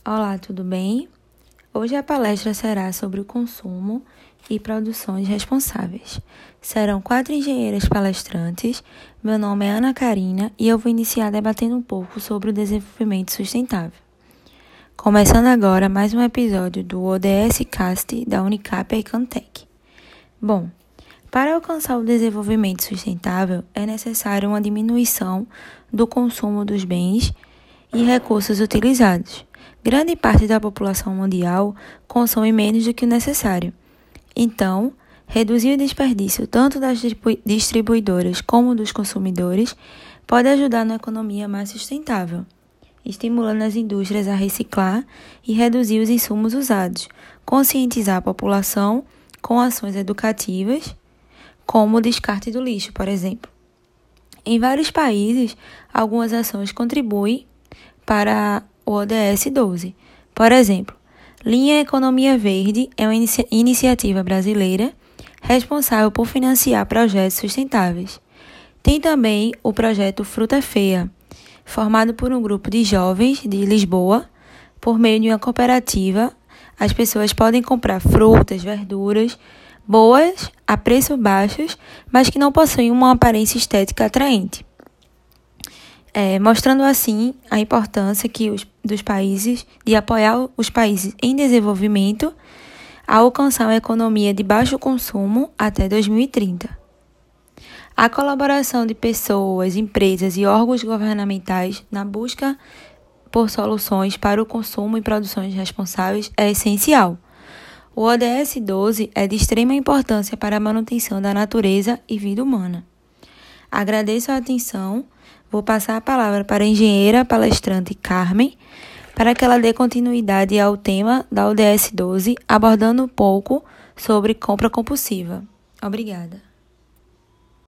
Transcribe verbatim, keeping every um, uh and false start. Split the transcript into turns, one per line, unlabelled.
Olá, tudo bem? Hoje a palestra será sobre o consumo e produções responsáveis. Serão quatro engenheiras palestrantes. Meu nome é Ana Karina e eu vou iniciar debatendo um pouco sobre o desenvolvimento sustentável. Começando agora mais um episódio do O D S Cast da Unicap e Cantec. Bom, para alcançar o desenvolvimento sustentável é necessário uma diminuição do consumo dos bens e recursos utilizados. Grande parte da população mundial consome menos do que o necessário. Então, reduzir o desperdício tanto das distribuidoras como dos consumidores pode ajudar na economia mais sustentável, estimulando as indústrias a reciclar e reduzir os insumos usados, conscientizar a população com ações educativas, como o descarte do lixo, por exemplo. Em vários países, algumas ações contribuem para o O D S doze. Por exemplo, Linha Economia Verde é uma inicia- iniciativa brasileira responsável por financiar projetos sustentáveis. Tem também o projeto Fruta Feia, formado por um grupo de jovens de Lisboa. Por meio de uma cooperativa, as pessoas podem comprar frutas, verduras boas, a preços baixos, mas que não possuem uma aparência estética atraente. É, mostrando assim a importância que os, dos países, de apoiar os países em desenvolvimento a alcançar uma economia de baixo consumo até dois mil e trinta. A colaboração de pessoas, empresas e órgãos governamentais na busca por soluções para o consumo e produções responsáveis é essencial. O O D S doze é de extrema importância para a manutenção da natureza e vida humana. Agradeço a atenção. Vou passar a palavra para a engenheira palestrante Carmen, para que ela dê continuidade ao tema da O D S doze, abordando um pouco sobre compra compulsiva. Obrigada.